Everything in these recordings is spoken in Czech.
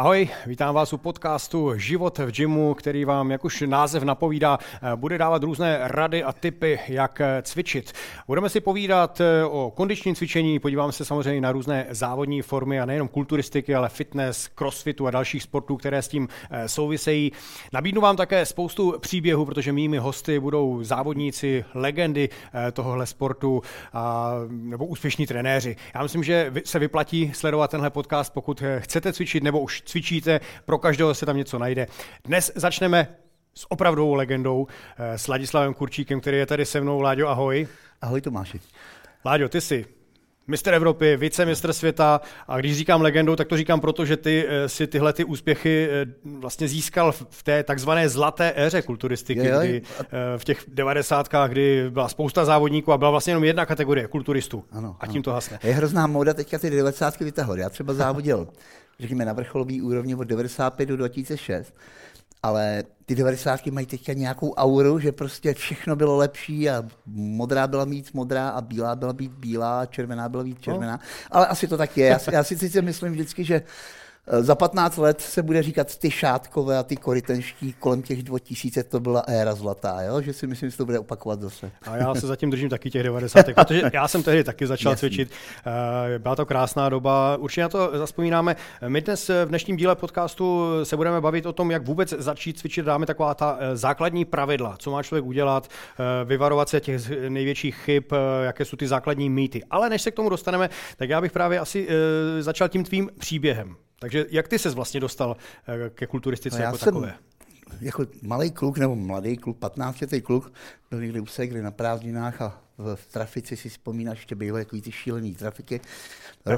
Ahoj, vítám vás u podcastu Život v gymu, který vám, jak už název napovídá, bude dávat různé rady a tipy, jak cvičit. Budeme si povídat o kondičním cvičení, podíváme se samozřejmě na různé závodní formy a nejenom kulturistiky, ale fitness, crossfitu a dalších sportů, které s tím souvisejí. Nabídnu vám také spoustu příběhů, protože mými hosty budou závodníci, legendy tohohle sportu nebo úspěšní trenéři. Já myslím, že se vyplatí sledovat tenhle podcast, pokud chcete cvičit nebo už cvičíte, pro každého se tam něco najde. Dnes začneme s opravdovou legendou, s Ladislavem Kurčíkem, který je tady se mnou. Láďo, ahoj. Ahoj Tomáši. Láďo, ty jsi mistr Evropy, vicemistr světa a když říkám legendou, tak to říkám proto, že ty si tyhle ty úspěchy vlastně získal v té takzvané zlaté éře kulturistiky, kdy v těch 90kách, kdy byla spousta závodníků a byla vlastně jenom jedna kategorie kulturistů. Ano, a tím to hasne. Je hrozná móda teďka ty 90ky vytahovat. Já třeba závodil, řekněme, na vrcholový úrovni od 95 do 2006, ale ty 90ky mají teďka nějakou auru, že prostě všechno bylo lepší a modrá byla víc modrá a bílá byla víc bílá a červená byla víc červená. Ale asi to tak je. Já si sice myslím vždycky, že za 15 let se bude říkat ty šátkové a ty korytenští kolem těch 2000, to byla éra zlatá, jo? Že si myslím, že to bude opakovat zase. A já se zatím držím taky těch 90, protože já jsem tehdy taky začal cvičit. Byla to krásná doba, určitě na to zazpomínáme. My dnes v dnešním díle podcastu se budeme bavit o tom, jak vůbec začít cvičit. Dáme taková ta základní pravidla, co má člověk udělat, vyvarovat se těch největších chyb, jaké jsou ty základní mýty. Ale než se k tomu dostaneme, tak já bych právě asi začal tím tvým příběhem. Takže jak ty ses vlastně dostal ke kulturistice jako takové? Jako malý kluk nebo mladý kluk, 15letý kluk, byl někde u Segry na prázdninách a v trafici si vzpomínáš, ještě bývaly takový ty šílený trafiky. Rok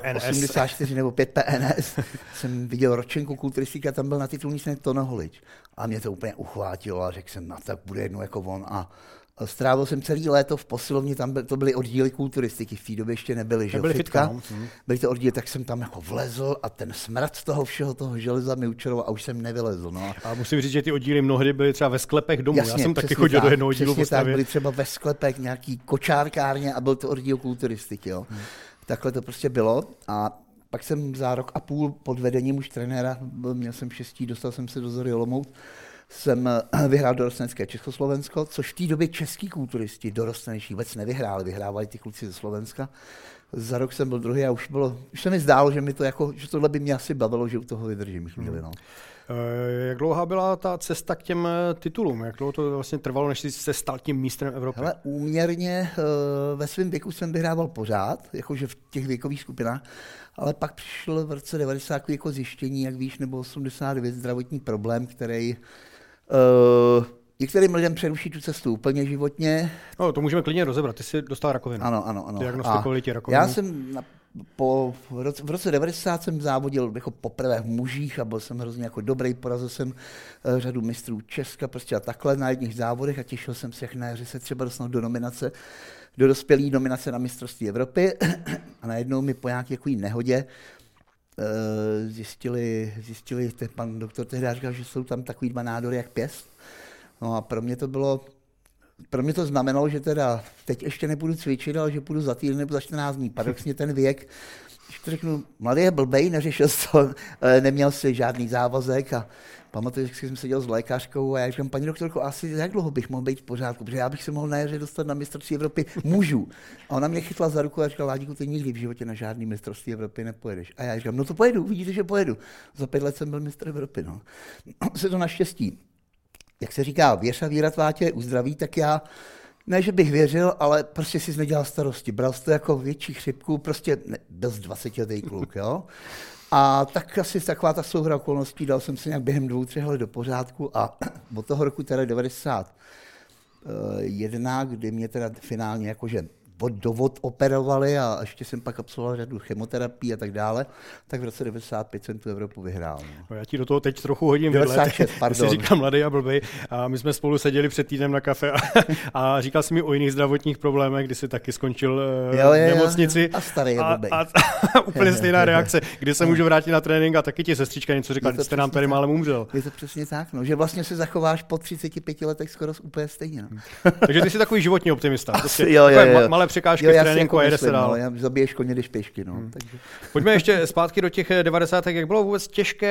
84 nebo 5 PNS jsem viděl ročenku kulturistiky a tam byl na titulní straně Tono Holič. A mě to úplně uchvátilo a řekl jsem, tak bude jednou jako on. A strávil jsem celý léto v posilovně, to byly oddíly kulturistiky, v té době ještě nebyly, že fitka. Byly to oddíly, tak jsem tam jako vlezl a ten smrad toho všeho, toho železa mi učaroval a už jsem nevylezl. No. A musím říct, že ty oddíly mnohdy byly třeba ve sklepech domů. Jasně, já jsem taky chodil do jednoho oddílu v tak, byly třeba ve sklepech, nějaký kočárkárně a byl to oddíl kulturistiky. Jo. Takhle to prostě bylo a pak jsem za rok a půl pod vedením už trenéra, měl jsem štěstí, dostal jsem se do Zory Olomouc, jsem vyhrál dorostenecké Československo, což v té době český kulturisti dorostenečtí vůbec nevyhráli, vyhrávali ty kluci ze Slovenska. Za rok jsem byl druhý a už se mi zdálo, že že tohle by mě asi bavilo, že u toho vydržím chvíli. No. Jak dlouhá byla ta cesta k těm titulům? Jak dlouho to vlastně trvalo, než jsi se stal tím mistrem Evropy? Hele, úměrně ve svém věku jsem vyhrával pořád, jakože v těch věkových skupinách, ale pak přišel v roce 90 jako zjištění, jak víš, nebo 89 zdravotní problém, který některým lidem přeruší tu cestu úplně životně. No, to můžeme klidně rozebrat. Ty jsi dostal rakovinu. Ano. Diagnostikovali ti rakovinu. Já jsem v roce 90 jsem závodil jako poprvé v mužích a byl jsem hrozně jako dobrý, porazil jsem řadu mistrů Česka prostě a takhle na jedných závodech a těšil jsem se, jak na jaře se třeba dostanu do dospělý nominace na mistrovství Evropy a najednou mi po nějaké nehodě zjistili pan doktor tehdy říkal, že jsou tam takový 2 nádory jak pěst. No a pro mě to znamenalo, že teda teď ještě nebudu cvičit, ale že půjdu za týden nebo za 14 dní. Paradoxně ten věk, když to řeknu, mladý je blbej, neřešil to, neměl si žádný závazek a pamatuju, že jsem seděl s lékařkou a já říkám, paní doktorko, asi jak dlouho bych mohl být v pořádku, protože já bych se mohl na jaře dostat na mistrovství Evropy mužů. A ona mě chytla za ruku a říkala, Láďku, ty nikdy v životě na žádný mistrovství Evropy nepojedeš. A já říkám, no to pojedu, vidíte, že pojedu. Za 5 let jsem byl mistr Evropy. No. Se to naštěstí, jak se říká, věř a víra tvá tě uzdraví, tak já, ne, že bych věřil, ale prostě si nedělal starosti. Bral jsi to jako větší chřipku, prostě byl z 20letý kluk, jo. A tak asi taková ta souhra okolností, dal jsem se nějak během 2-3 let do pořádku a od toho roku teda 91, kdy mě teda finálně jakože dovod operovali a ještě jsem pak absolvoval řadu chemoterapii a tak dále, tak v roce 95 jsem tu Evropu vyhrál. No. Já ti do toho teď trochu hodím 96, pardon. Jsi říkal mladý a blbej a my jsme spolu seděli před týdnem na kafe a říkal jsi mi o jiných zdravotních problémech, kdy jsi taky skončil v nemocnici. A starý je blbej. A úplně stejná reakce, kdy se můžu vrátit na trénink a taky ti sestřička něco říkala, že jste nám tady málem umřel. Je to přesně tak, no, že vlastně se zachováš po 35 letech skoro úplně stejně. No. Takže ty jsi takový životní optimista. Malé překážky v tréninku a jede se dál. Já zabiješ koně, jdeš pěšky. No. Takže. Pojďme ještě zpátky do těch 90. Jak bylo vůbec těžké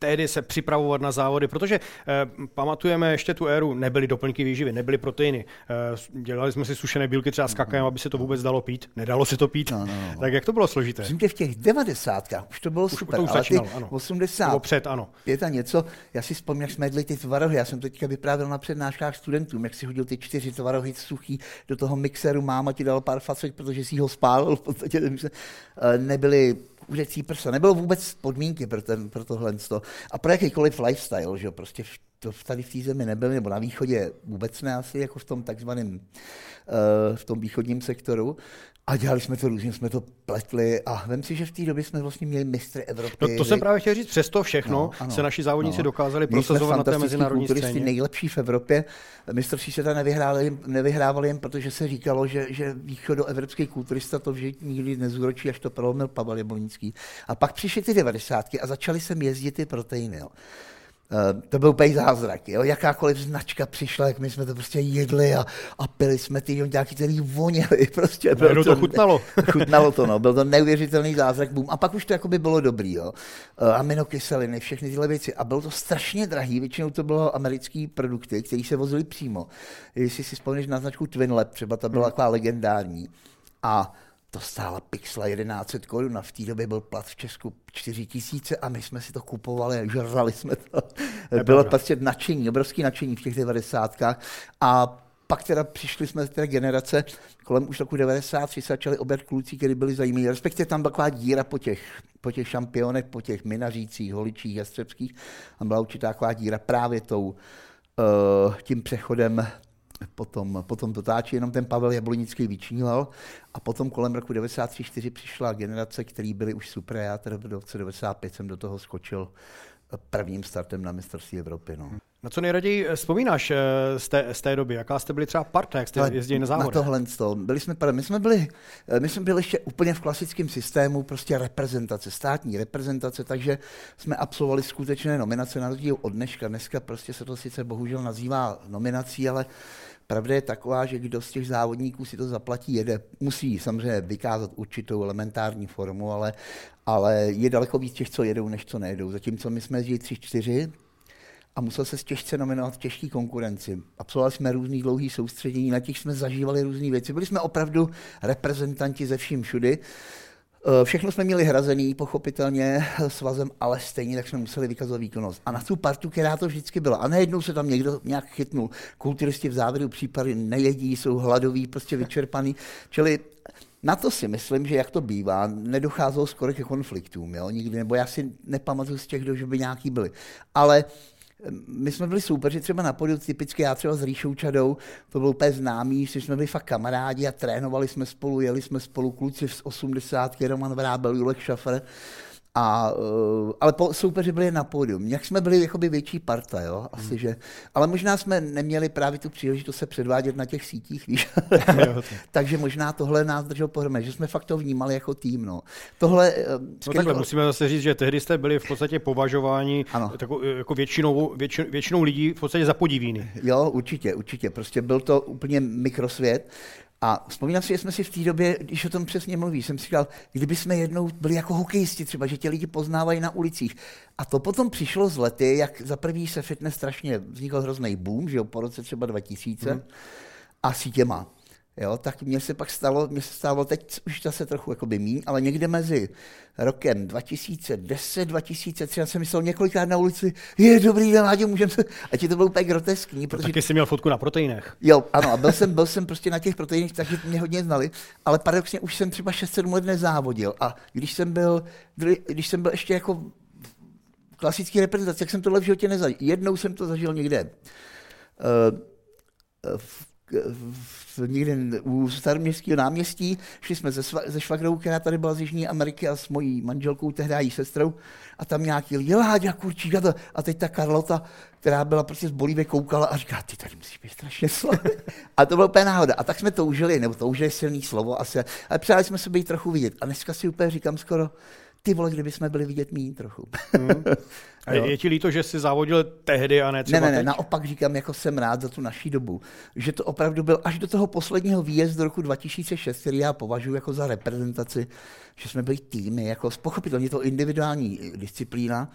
tehdy se připravovat na závody, protože pamatujeme ještě tu éru, nebyly doplňky výživy, nebyly proteiny. Dělali jsme si sušené bílky třeba s kakaem, aby se to vůbec dalo pít. Nedalo se to pít. No. Tak jak to bylo složité? V těch 90. už to bylo super, to už ale začínalo, ty ano. 80. Nebo před, ano. Je to něco, já si vzpomínám, jak jsme jedli ty tvarohy, já jsem to teďka vyprávěl na přednáškách studentům, jak si hodil ty 4 tvarohy suchý do toho mixeru, máma ti dal pár facek, protože si ho spálil, v podstatě nebyly kuřecí prsa, nebylo vůbec podmínky pro tohle. A pro jakýkoliv lifestyle, že jo, prostě tady v té zemi nebyly, nebo na východě vůbec ne asi, jako v tom takzvaném, v tom východním sektoru. A dělali jsme to různě, jsme to pletli a vem si, že v té době jsme vlastně měli mistry Evropy. No to jsem právě chtěl říct, přesto všechno se naši závodníci dokázali prosazovat na té mezinárodní scéně. Nejlepší v Evropě. Mistrovství světa nevyhrávali jen, protože se říkalo, že východoevropský kulturista to vždy nikdy nezúročí, až to prolomil Pavel Jablonský. A pak přišly ty 90. a začaly sem jezdit ty proteiny. Jo. To byl úplně zázrak, jo? Jakákoliv značka přišla, jak my jsme to prostě jedli a pili jsme ty nějaký, který voněli, prostě. To chutnalo. Chutnalo to, no, byl to neuvěřitelný zázrak, boom. A pak už to jakoby bylo dobrý, jo. Aminokyseliny, všechny tyhle věci. A bylo to strašně drahý, většinou to bylo americké produkty, které se vozily přímo. Jestli si vzpomínáš na značku Twin Lab, třeba ta byla taková legendární. A to stála pixla 1100 korun a v té době byl plat v Česku 4000 a my jsme si to kupovali a žrali jsme to. Bylo prostě nadšení, obrovský nadšení v těch 90. A pak teda přišli jsme z té generace, kolem už roku 93 se začali obět kluci, kteří byli zajímaví. Respektive tam byla taková díra po těch šampionech, po těch minařících, holičích, jastřebských. Tam byla určitá taková díra právě tím přechodem. Potom to táčí, jenom ten Pavel Jablonický vyčníval a potom kolem roku 93-4 přišla generace, který byli už super. Já teda v roce 95 jsem do toho skočil prvním startem na mistrovství Evropy. No. Na co nejraději vzpomínáš z té doby? Jaká jste byli třeba parta, jak jste jezdili na závody? Na tohle, my jsme byli ještě úplně v klasickém systému, prostě reprezentace, státní reprezentace, takže jsme absolvovali skutečné nominace na rozdíl od dneška. Dneska prostě se to sice bohužel nazývá nominací, ale pravda je taková, že kdo z těch závodníků si to zaplatí, jede. Musí samozřejmě vykázat určitou elementární formu, ale je daleko víc těch, co jedou, než co nejedou. Zatímco my jsme jezdili 3-4 a musel se těžce nominovat v těžké konkurenci. Absolvovali jsme různý dlouhý soustředění, na těch jsme zažívali různé věci. Byli jsme opravdu reprezentanti ze vším všudy. Všechno jsme měli hrazený, pochopitelně, svazem, ale stejně tak jsme museli vykazovat výkonnost. A na tu partu, která to vždycky byla. A najednou se tam někdo nějak chytnul. Kulturisti v závěru případy nejedí, jsou hladoví, prostě vyčerpaný. Čili na to si myslím, že jak to bývá, nedocházelo skoro ke konfliktům, jo? Nikdy, nebo já si nepamatuju z těch, že by nějaký byli. Ale my jsme byli soupeři třeba na podiu, typicky já třeba s Ríšou Čadou, to byl úplně známý, že jsme byli fakt kamarádi a trénovali jsme spolu, jeli jsme spolu, kluci z 80, Roman Vrábel, Julek Šafer, ale soupeři byli na pódium. Jak jsme byli jakoby větší parta, jo? Asi, že, ale možná jsme neměli právě tu příležitost se předvádět na těch sítích, víš? Takže možná tohle nás drželo pohromadě, že jsme fakt to vnímali jako tým. No. Takhle musíme zase říct, že tehdy jste byli v podstatě považováni jako většinou lidí v podstatě za podivíny. Jo, určitě. Prostě byl to úplně mikrosvět. A vzpomínám si, že jsme si v té době, když o tom přesně mluví, jsem si říkal, kdyby jsme jednou byli jako hokejisti třeba, že tě lidi poznávají na ulicích. A to potom přišlo z lety, jak za první se fitness strašně vznikl hrozný boom, že jo, po roce třeba 2000 a sítěma. Jo, tak mně se stalo, teď už zase trochu jakoby míň, ale někde mezi rokem 2010, 2013 jsem myslel několikrát na ulici, je dobrý den, Láďo, můžeme se... A ti to bylo úplně groteskní. Protože... Taky jsi měl fotku na proteinech. Jo, ano, a byl jsem prostě na těch proteinech, takže mě hodně znali, ale paradoxně už jsem třeba 6-7 let nezávodil a když jsem byl ještě jako klasický reprezentace, jak jsem tohle v životě nezažil. Jednou jsem to zažil někde někde u Staroměstského náměstí, šli jsme ze švagrou, která tady byla z Jižní Ameriky a s mojí manželkou, tehdy její sestrou, a tam nějaký lidi, Láďa, kurčík, a teď ta Karlota, která byla prostě z Bolívie, koukala a říká, ty tady musíš být strašně slavný. A to byla úplně náhoda. A tak jsme toužili, nebo toužili silný slovo asi, ale přáli jsme se být trochu vidět. A dneska si úplně říkám skoro, ty vole, kdyby jsme byli vidět míň trochu. A je ti líto, že jsi závodil tehdy a ne třeba Ne, teď? naopak říkám, jako jsem rád za tu naší dobu, že to opravdu byl až do toho posledního výjezdu roku 2006, který já považuji jako za reprezentaci, že jsme byli týmy, jako pochopitelně to individuální disciplína,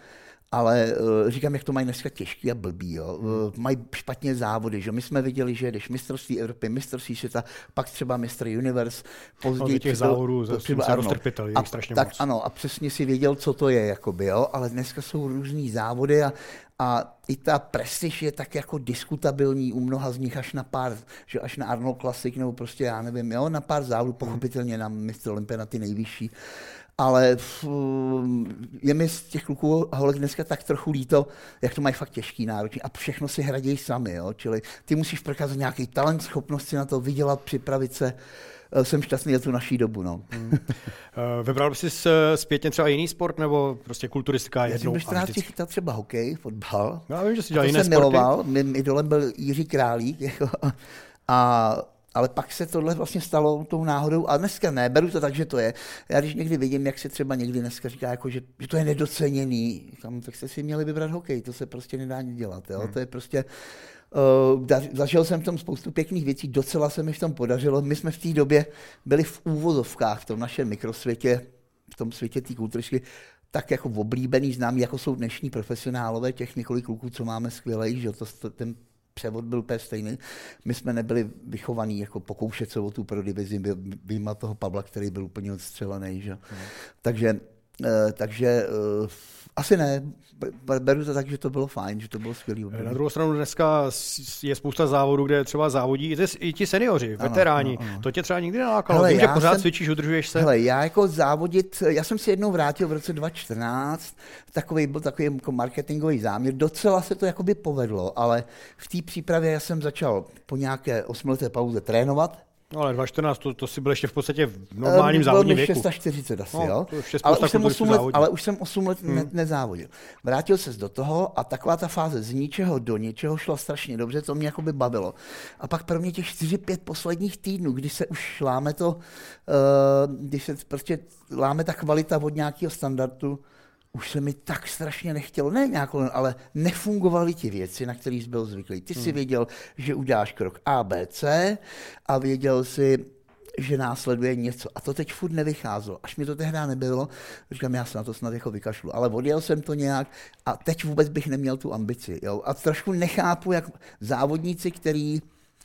Ale říkám, jak to mají dneska těžký a blbý. Jo. Mají špatně závody. Že? My jsme viděli, že jdeš mistrovství Evropy, mistrovství světa, pak třeba mistr Universe. Později těch závodů jsem se roztrpětel, je strašně tak moc. Ano, a přesně si věděl, co to je, jakoby, jo. Ale dneska jsou různý závody a i ta prestiž je tak jako diskutabilní u mnoha z nich až na pár, že až na Arnold Classic nebo prostě já nevím, jo, na pár závodů, pochopitelně na mistr Olympia, na ty nejvyšší. Ale je mi z těch kluků a holek dneska tak trochu líto, jak to mají fakt těžký, náročný a všechno si hradějí sami, jo? Čili ty musíš prokázat nějaký talent, schopnost si na to vydělat, připravit se. Jsem šťastný za tu naší dobu. No. Vybral bys si zpětně třeba jiný sport, nebo prostě kulturistika jednou? Já jsem do 14 chytal třeba hokej, fotbal. Já vím, že jsi dělal jiné sporty. To jsem miloval, mým idolem byl Jiří Králík. Jako, ale pak se tohle vlastně stalo tou náhodou a dneska ne, beru to tak, že to je. Já když někdy vidím, jak se třeba někdy dneska říká, jako, že to je nedoceněný, tak jste si měli vybrat hokej, to se prostě nedá nic dělat. Jo? To je prostě... zažil jsem v tom spoustu pěkných věcí, docela se mi v tom podařilo. My jsme v té době byli v úvozovkách v tom našem mikrosvětě, v tom světě té kulturistiky, tak jako oblíbený, známý, jako jsou dnešní profesionálové, těch několik kluků, co máme skvělej, že ten převod byl úplně stejný. My jsme nebyli vychovaní jako pokoušet se o tu pro divizi, vyjma toho Pavla, který byl úplně odstřelený. Že? Takže asi ne. Beru to tak, že to bylo fajn, že to bylo skvělý. Na druhou stranu dneska je spousta závodů, kde třeba závodí i ti seniori, veteráni. Ano. To tě třeba nikdy nelákalo. Vím, že pořád cvičíš, udržuješ se. Hele, já jako závodit, já jsem si jednou vrátil v roce 2014, byl takový jako marketingový záměr, docela se to jakoby povedlo, ale v té přípravě já jsem začal po nějaké 8leté pauze trénovat. No ale 2014, to si byl ještě v podstatě v normálním závodním věku. 46 asi, jo. Ale už jsem 8 let nezávodil. Vrátil se do toho a taková ta fáze z ničeho do něčeho šla strašně dobře, to mě jakoby bavilo. A pak pro mě těch 4-5 posledních týdnů, kdy se už láme ta kvalita od nějakého standardu, už se mi tak strašně nechtělo, ne nějakou, ale nefungovaly ti věci, na které jsi byl zvyklý. Ty jsi věděl, že uděláš krok A, B, C a věděl si, že následuje něco. A to teď furt nevycházelo. Až mi to tehdy nebylo, říkám, já se na to snad jako vykašlu. Ale odjel jsem to nějak a teď vůbec bych neměl tu ambici. Jo? A trošku nechápu, jak závodníci, který...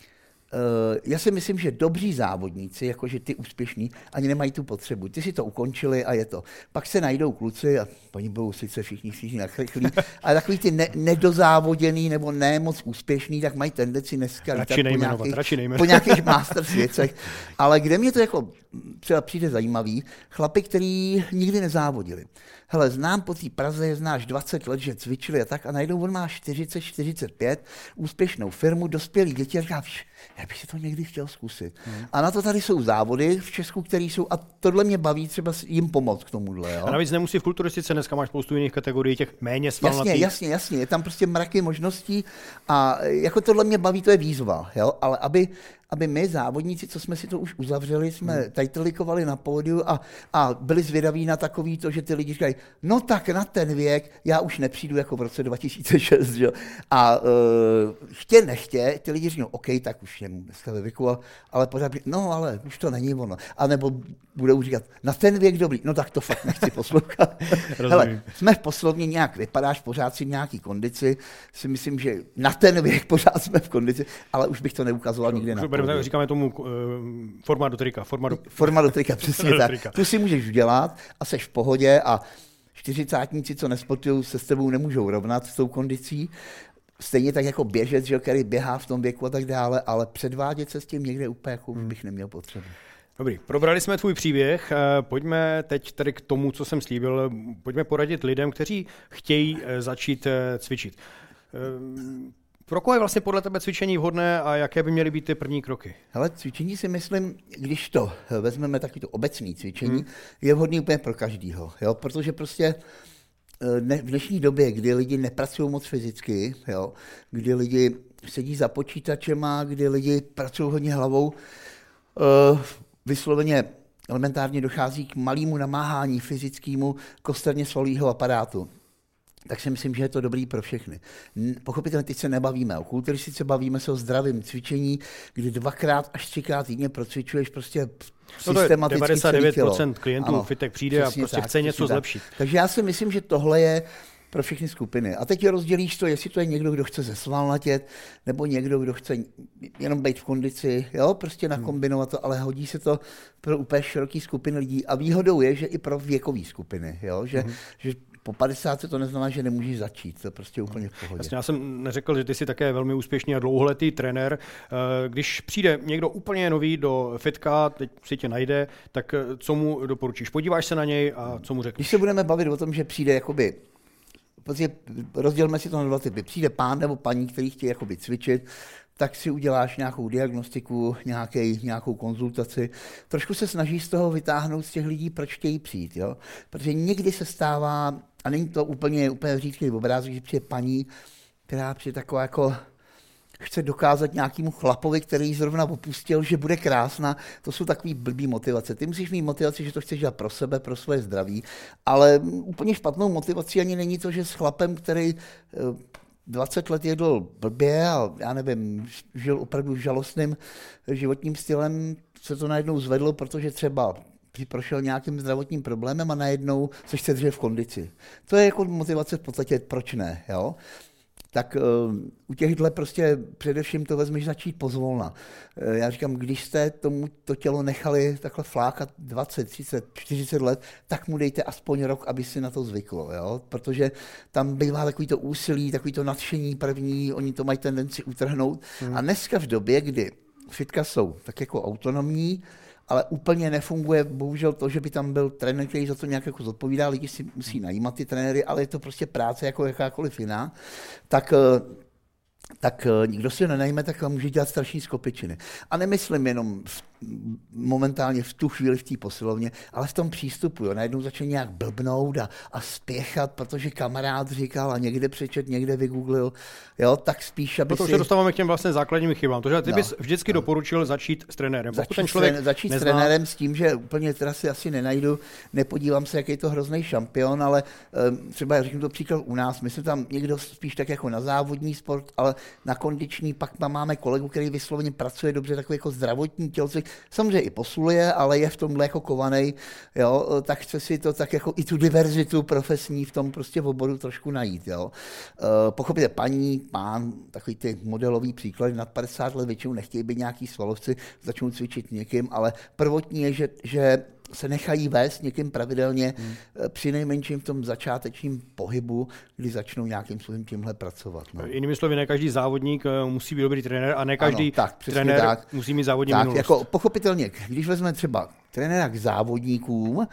Já si myslím, že dobří závodníci, jakože ty úspěšní, ani nemají tu potřebu. Ty si to ukončili a je to. Pak se najdou kluci a oni budou sice všichni nachrychlí, ale takový ty nedozávoděný nebo ne moc úspěšný, tak mají tendenci dneska po nějakých masters věcech. Ale kde mě to jako třeba přijde zajímavý, chlapi, který nikdy nezávodili. Hele, znám po té Praze, znáš 20 let, že cvičili a tak a najednou on má 40-45, úspěšnou firmu, dospělý děti a říká, já bych si to někdy chtěl zkusit. A na to tady jsou závody v Česku, které jsou, a tohle mě baví třeba jim pomoct k tomuhle. Jo? A navíc nemusí v kulturistice, dneska máš spoustu jiných kategorií, těch méně svalnatých. Jasně, je tam prostě mraky možností a jako tohle mě baví, to je výzva, jo? Ale aby my závodníci, co jsme si to už uzavřeli, jsme tajtelikovali na pódiu a byli zvědaví na takový to, že ty lidi říkají, no tak na ten věk já už nepřijdu jako v roce 2006, že? A chtě nechtě, ty lidi říkají, OK, tak už je dneska ve věku, ale pořád, no ale už to není ono. A nebo budou říkat, na ten věk dobrý, no tak to fakt nechci poslouchat. Hele, jsme v poslovně nějak, vypadáš pořád si v nějaký kondici, si myslím, že na ten věk pořád jsme v kondici, ale už bych to neukazoval nikdy na pódiu. Říkáme tomu forma do trika. Forma do trika, přesně tak. Tu si můžeš udělat a seš v pohodě a 40átníci, co nesportují, se s tebou nemůžou rovnat s tou kondicí. Stejně tak jako běžec, že, který běhá v tom věku a tak dále, ale předvádět se s tím někde úplně jako bych neměl potřebu. Dobrý, probrali jsme tvůj příběh, pojďme teď tady k tomu, co jsem slíbil, pojďme poradit lidem, kteří chtějí začít cvičit. Pro koho je vlastně podle tebe cvičení vhodné a jaké by měly být ty první kroky? Hele, cvičení si myslím, když to vezmeme takový to obecný cvičení, je vhodný úplně pro každýho, jo? Protože prostě v dnešní době, kdy lidi nepracují moc fyzicky, jo? Kdy lidi sedí za počítačema, kdy lidi pracují hodně hlavou, vysloveně elementárně dochází k malému namáhání fyzickému kosterně svalového aparátu. Tak si myslím, že je to dobrý pro všechny. Pochopitelně teď se nebavíme o kulturistice, bavíme se o zdravém cvičení, kdy 2x až 3x týdně procvičuješ prostě systematicky 99% klientů fitek přijde a prostě chce něco zlepšit. Takže já si myslím, že tohle je pro všechny skupiny. A teď je rozdělíš to, jestli to je někdo, kdo chce zesvalnatět, nebo někdo, kdo chce jenom být v kondici, jo, prostě nakombinovat to, ale hodí se to pro úplně široký skupiny lidí. A výhodou je, že i pro věkové skupiny, jo, že po 50 to neznamená, že nemůžeš začít, to prostě úplně v pohodě. Jasně, já jsem neřekl, že ty jsi také velmi úspěšný a dlouholetý trenér. Když přijde někdo úplně nový do fitka, teď si tě najde, tak co mu doporučíš? Podíváš se na něj a co mu řekneš? Když se budeme bavit o tom, že přijde jakoby, rozdělme si to na dva typy. Přijde pán nebo paní, který chtějí jakoby cvičit, tak si uděláš nějakou diagnostiku, nějakou konzultaci. Trošku se snažíš z toho vytáhnout z těch lidí, proč chtějí přijít. Jo? Protože někdy se stává, a není to úplně řídký obrázek, že přijde paní, která přijde taková jako chce dokázat nějakému chlapovi, který zrovna opustil, že bude krásná. To jsou takový blbý motivace. Ty musíš mít motivaci, že to chceš dělat pro sebe, pro svoje zdraví, ale úplně špatnou motivací ani není to, že s chlapem, který 20 let jedl blbě a já nevím, žil opravdu žalostným životním stylem, se to najednou zvedlo, protože třeba prošel nějakým zdravotním problémem a najednou se chce držet v kondici. To je jako motivace v podstatě, proč ne, jo? Tak u těchhle prostě především to vezmeš začít pozvolna. Já říkám, když jste tomu to tělo nechali takhle flákat 20, 30, 40 let, tak mu dejte aspoň rok, aby si na to zvyklo, jo? Protože tam bývá takový to úsilí, takový to nadšení první, oni to mají tendenci utrhnout. A dneska v době, kdy fitka jsou tak jako autonomní, ale úplně nefunguje bohužel to, že by tam byl trenér, který za to nějak jako zodpovídá, lidi si musí najímat ty trenéry, ale je to prostě práce jako jakákoliv jiná, tak nikdo si ho nenajme, tak může dělat strašný skopičiny. A nemyslím jenom momentálně v tu chvíli v té posilovně, ale v tom přístupu. Jo. Najednou začne nějak blbnout a spěchat, protože kamarád říkal a někde přečet, někde vygooglil, jo, tak spíš, aby to se dostáváme k těm vlastně základním chybám. To, že ty bys vždycky doporučil začít s trenérem. Začít s trenérem s tím, že úplně teda si asi nenajdu, nepodívám se, jaký je to hrozný šampion, ale třeba já řeknu to příklad u nás, my jsme tam někdo spíš tak jako na závodní sport, ale na kondiční, pak máme kolegu, který vysloveně pracuje dobře, takový jako zdravotní tělocvik, samozřejmě i posiluje, ale je v tomhle jako kovanej, jo, tak chce si to tak jako i tu diverzitu profesní v tom prostě v oboru trošku najít, jo. Pochopíte, paní, pán, takový ty modelový příklady nad 50 let většinou nechtějí být nějaký svalovci, začnou cvičit někým, ale prvotní je, že se nechají vést někým pravidelně při nejmenším v tom začátečním pohybu, kdy začnou nějakým způsobem tímhle pracovat. No. Jinými slovy, ne každý závodník musí být dobrý trenér a ne každý trenér musí mít závodní minulost. Jako pochopitelně, když vezmeme třeba trenéra k závodníkům,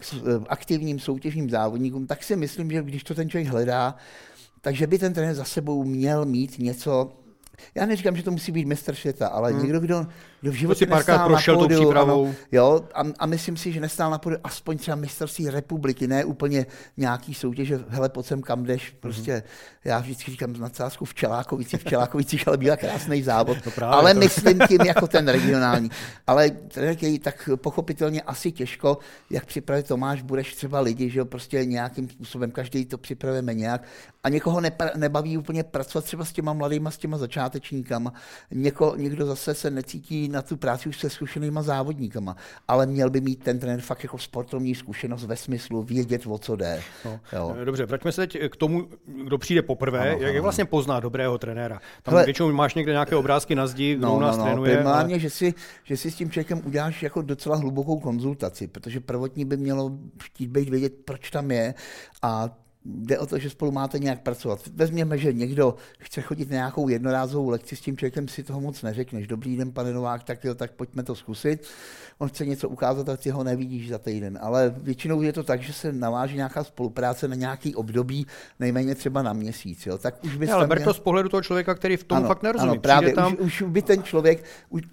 k aktivním soutěžním závodníkům, tak si myslím, že když to ten člověk hledá, takže by ten trenér za sebou měl mít něco. Já neříkám, že to musí být mistr světa, ale někdo, kdo v životě nestál na pódiu, jo, a myslím si, že nestál na pódiu aspoň třeba mistrovství republiky, ne úplně nějaký soutěže, hele, pojď sem kam jdeš, prostě já vždycky říkám na nadsázku v Čelákovicích, ale byl krásný závod, ale myslím tím jako ten regionální. Ale tak pochopitelně asi těžko, jak připravit Tomáš Bureš třeba lidi, že jo, prostě nějakým způsobem, každý to připravíme nějak a někoho nebaví úplně pracovat třeba s těma mladýma, s těma začátečníkama, někdo zase se necítí na tu práci už se zkušenýma závodníkama, ale měl by mít ten trenér fakt jako sportovní zkušenost ve smyslu vědět, o co jde. No. Dobře, vraťme se teď k tomu, kdo přijde poprvé, jak vlastně pozná dobrého trenéra. Tam většinou máš někde nějaké obrázky na zdi, kdo nás trénuje. Primárně, že si s tím člověkem uděláš jako docela hlubokou konzultaci, protože prvotní by mělo chtít být vědět, proč tam je a jde o to, že spolu máte nějak pracovat. Vezměme, že někdo chce chodit na nějakou jednorázovou lekci, s tím člověkem si toho moc neřekneš. Dobrý den, pane Novák, tak jo, tak pojďme to zkusit. On chce něco ukázat a ty ho nevidíš za týden. Ale většinou je to tak, že se naváží nějaká spolupráce na nějaký období, nejméně třeba na měsíc. Jo. Tak už bys ale ber to z pohledu toho člověka, který v tom fakt nerozumí. Ano, právě už by ten člověk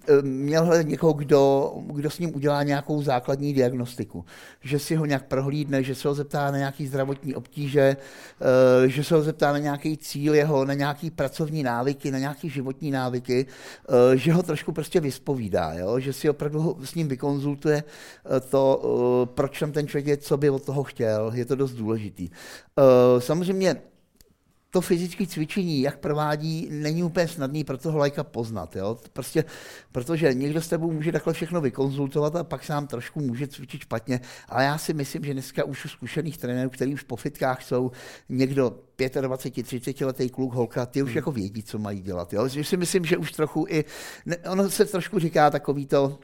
měl hledat někoho, kdo s ním udělá nějakou základní diagnostiku. Že si ho nějak prohlídne, že se ho zeptá na nějaký zdravotní obtíže, že se ho zeptá na nějaký cíl jeho, na nějaký pracovní návyky, na nějaký životní návyky, že ho trošku prostě vyspovídá, jo? Že si opravdu s ním vykonzultuje to, proč tam ten člověk je, co by od toho chtěl. Je to dost důležitý. Samozřejmě to fyzické cvičení, jak provádí, není úplně snadný pro toho laika poznat. Jo? Prostě, protože někdo s tebou může takhle všechno vykonzultovat a pak sám trošku může cvičit špatně. Ale já si myslím, že dneska už u zkušených trenérů, kteří už po fitkách jsou, někdo 25, 30 letý kluk, holka, ty už jako vědí, co mají dělat. Jo? Že si myslím, že už trochu ono se trošku říká takový to,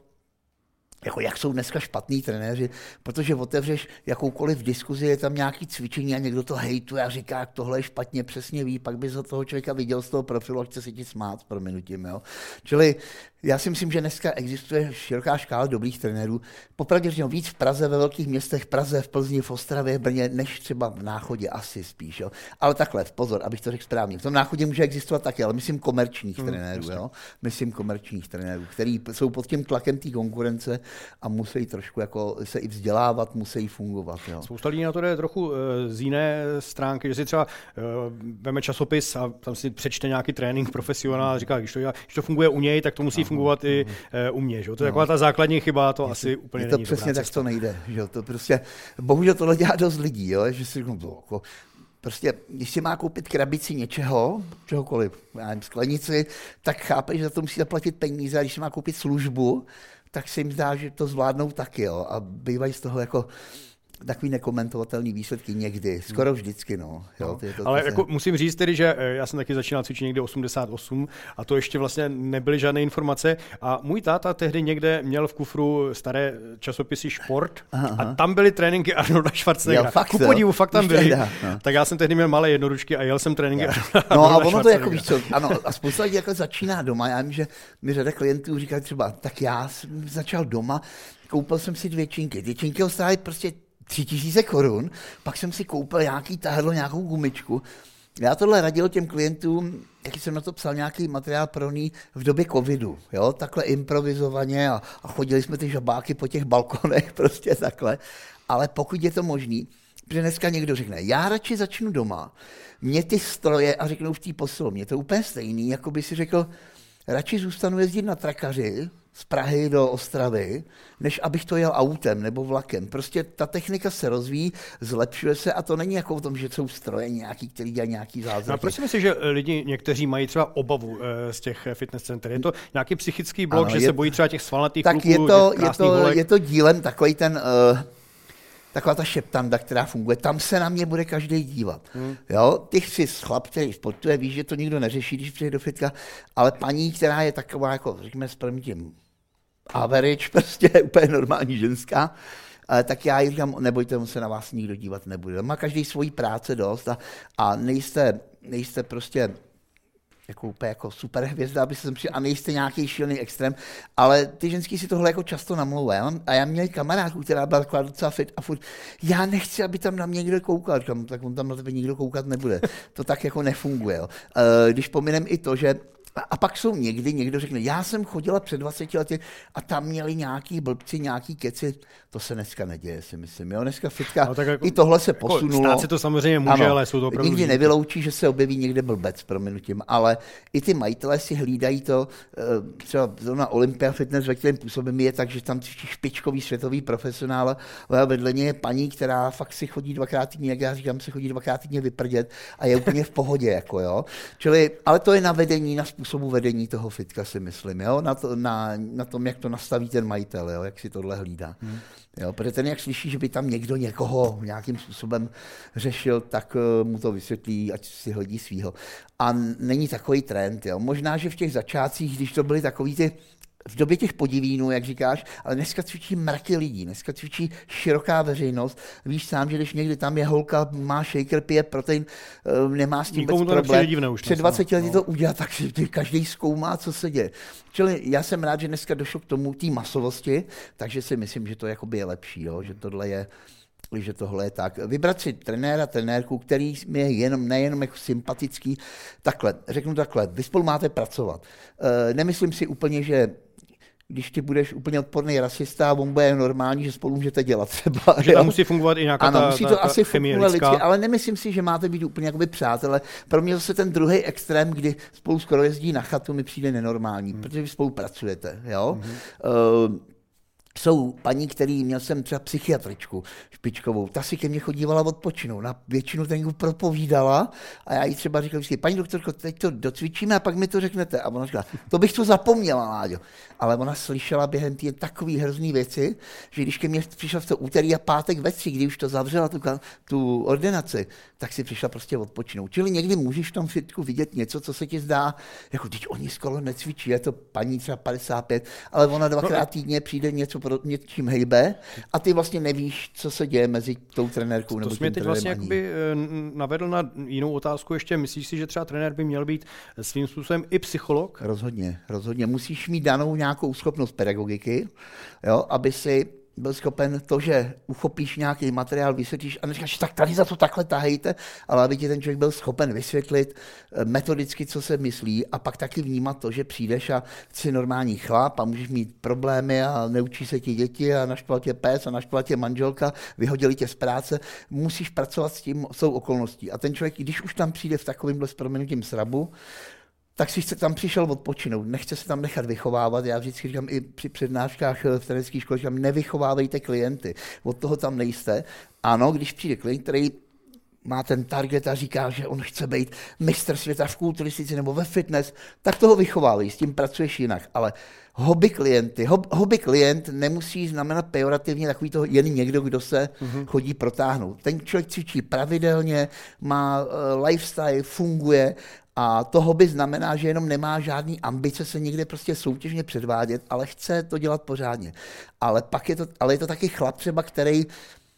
jako jak jsou dneska špatní trenéři, protože otevřeš jakoukoliv diskuzi, je tam nějaký cvičení a někdo to hejtuje a říká, jak tohle je špatně, přesně ví, pak bys od toho člověka viděl z toho profilu, a chce se ti smát, prominutím. Jo. Čili já si myslím, že dneska existuje široká škála dobrých trenérů. Popravdě řečeno víc v Praze, ve velkých městech, v Praze, v Plzni, v Ostravě, v Brně, než třeba v Náchodě asi spíš. Jo. Ale takhle, pozor, abych to řekl správně. V tom Náchodě může existovat taky, ale myslím komerčních trenérů. Jo. Myslím komerčních trenérů, který jsou pod tím tlakem té konkurence a musí trošku jako se i vzdělávat, musí fungovat. Jo. Spousta lidí na to jde trochu z jiné stránky, že si třeba veme časopis a tam si přečte nějaký trénink profesionál a říká, když to funguje u něj, tak to musí fungovat i u mě. Že? To je taková ta základní chyba, to asi úplně není to přesně tak to nejde. Že? To prostě, bohužel tohle dělá dost lidí, jo? Že si řeknou, jako, prostě, když si má koupit krabici něčeho, čehokoliv, já nevím, sklenici, tak chápe, že za to musí zaplatit peníze, a když si má koupit službu, tak se jim zdá, že to zvládnou taky, jo? A bývají z toho jako takový nekomentovatelný výsledky někdy, skoro vždycky, no. Jo, ale jako musím říct tedy, že já jsem taky začínal cvičit někde 88 a to ještě vlastně nebyly žádné informace a můj táta tehdy někde měl v kufru staré časopisy Šport a tam byly tréninky Arnolda Schwarzeneggera. Ku podivu, fakt tam byly. Tak já jsem tehdy měl malé jednoručky a jel jsem tréninky Arnolda No a ono to jako víš co, ano, a spousta lidí jako začíná doma, já vím, že mi řada klientů říká třeba, tak já jsem začal doma, koupil jsem si 2 činky, ty činky stály prostě 3000 korun, pak jsem si koupil nějaký tahadlo, nějakou gumičku. Já tohle radil těm klientům, jaký jsem na to psal nějaký materiál pro ní v době covidu, jo, takhle improvizovaně a chodili jsme ty žabáky po těch balkonech, prostě takhle. Ale pokud je to možný, protože dneska někdo řekne, já radši začnu doma, mě ty stroje a řeknou v té posilovně, to je úplně stejný, jako by si řekl, radši zůstanu jezdit na trakaři z Prahy do Ostravy, než abych to jel autem nebo vlakem. Prostě ta technika se rozvíjí, zlepšuje se a to není jako o tom, že jsou stroje nějaký, který dělají nějaký zázraky. A proč si myslíš, že lidi někteří mají třeba obavu z těch fitness center? Je to nějaký psychický blok, že se bojí třeba těch svalnatých kluků, je to dílem takový ten... taková ta šeptanda, která funguje, tam se na mě bude každý dívat. Jo? Ty jsi chlap, který sportuje, víš, že to nikdo neřeší, když přijde do fitka, ale paní, která je taková, jako řekněme s prominutím average, prostě úplně normální ženská, tak já jí říkám, nebojte, on se na vás nikdo dívat nebude. Má každý svoji práce dost a nejste prostě jako úplně jako superhvězda, aby se a nejste nějaký šílený extrém, ale ty ženský si tohle jako často namlouvají. A já měl kamarádku, která byla taková docela fit a furt, já nechci, aby tam na mě někdo koukal. Říkám, tak on tam na tebe nikdo koukat nebude. To tak jako nefunguje. Jo. Když pominem i to, že a pak jsou někdo řekne, já jsem chodila před 20 lety a tam měli nějaký blbci, nějaký keci. To se dneska neděje, si myslím. Jo? Dneska fitka, no, jako, i tohle se posunulo. Stát se to samozřejmě může, ano, ale jsou to opravdu... Nikdy nevyloučí, že se objeví někde blbec, prominutím, ale i ty majitelé si hlídají to, třeba zrovna Olympia Fitness, ve kterém působím, je tak, že tam cvičí špičkový světový profesionál, vedle něj je paní, která fakt si chodí 2x týdně, jak já říkám, se chodí 2x týdně vyprdět a je úplně v pohodě, jako jo. Čili, ale to je na vedení, na způsobu vedení toho fitka, si myslím, jo? Na tom, jak to nastaví ten majitel, jo? Jak si tohle hlídá. Jo? Protože ten, jak slyší, že by tam někdo někoho nějakým způsobem řešil, tak mu to vysvětlí, ať si hodí svýho. A není takový trend. Jo? Možná, že v těch začátcích, když to byly takový ty v době těch podivínů, jak říkáš, ale dneska cvičí mraky lidí, dneska cvičí široká veřejnost. Víš sám, že když někdy tam je holka, má shaker, pije protein, nemá s tím vůbec problém. Před 20 lety to udělat, tak každý zkoumá, co se děje. Čili já jsem rád, že dneska došlo k tomu, té masovosti, takže si myslím, že to jakoby je lepší, jo? Že tohle je tak. Vybrat si trenéra, trenérku, který je nejenom jako sympatický, řeknu takhle, vy spolu máte pracovat. Nemyslím si úplně, že když ty budeš úplně odporný rasista a on bude normální, že spolu můžete dělat třeba. Že tam musí fungovat i nějaká ano, musí to asi chemie lidsky, ale nemyslím si, že máte být úplně jakoby přátelé. Pro mě zase ten druhý extrém, kdy spolu skoro jezdí na chatu, mi přijde nenormální, protože vy spolu pracujete. Jo? Jsou paní, který měl jsem třeba psychiatričku špičkovou, ta si ke mně chodívala odpočinout, na většinu tréninku propovídala a já jí třeba říkal vždycky, paní doktorko, teď to docvičíme a pak mi to řeknete. A ona říkala, to bych to zapomněla, Láďo. Ale ona slyšela během té takový hrozný věci, že když ke mně přišla v to úterý a pátek ve 3, kdy už to zavřela tu ordinaci, tak si přišla prostě odpočinout. Čili někdy můžeš v tom fitku vidět něco, co se ti zdá, jako teď oni skoro necvičí, je to paní třeba 55, ale ona 2krát týdně přijde něčím hejbe a ty vlastně nevíš, co se děje mezi tou trenérkou nebo tím trenérem. To jsi mě teď vlastně jakoby navedl na jinou otázku ještě. Myslíš si, že třeba trenér by měl být svým způsobem i psycholog? Rozhodně. Musíš mít danou nějakou schopnost pedagogiky, jo, aby si byl schopen to, že uchopíš nějaký materiál, vysvětlíš a neříkáš, tak tady za to takhle tahejte, ale aby ti ten člověk byl schopen vysvětlit metodicky, co se myslí a pak taky vnímat to, že přijdeš a jsi normální chlap a můžeš mít problémy a neučí se ti děti a naštval tě pes a naštvala tě manželka, vyhodili tě z práce. Musíš pracovat s tím, s tou okolností. A ten člověk, když už tam přijde v takovémhle s prominutím srabu, tak si tam přišel odpočinout, nechce se tam nechat vychovávat. Já vždycky říkám i při přednáškách v trenerské škole, říkám, nevychovávejte klienty, od toho tam nejste. Ano, když přijde klient, který má ten target a říká, že on chce být mistr světa v kulturistice nebo ve fitness, tak toho vychovávej, s tím pracuješ jinak. Ale hobby klient nemusí znamenat pejorativně takový to jen někdo, kdo se chodí protáhnout. Ten člověk cvičí pravidelně, má lifestyle, funguje. A to hobby znamená, že jenom nemá žádný ambice se někde prostě soutěžně předvádět, ale chce to dělat pořádně. Ale je to taky chlap třeba, který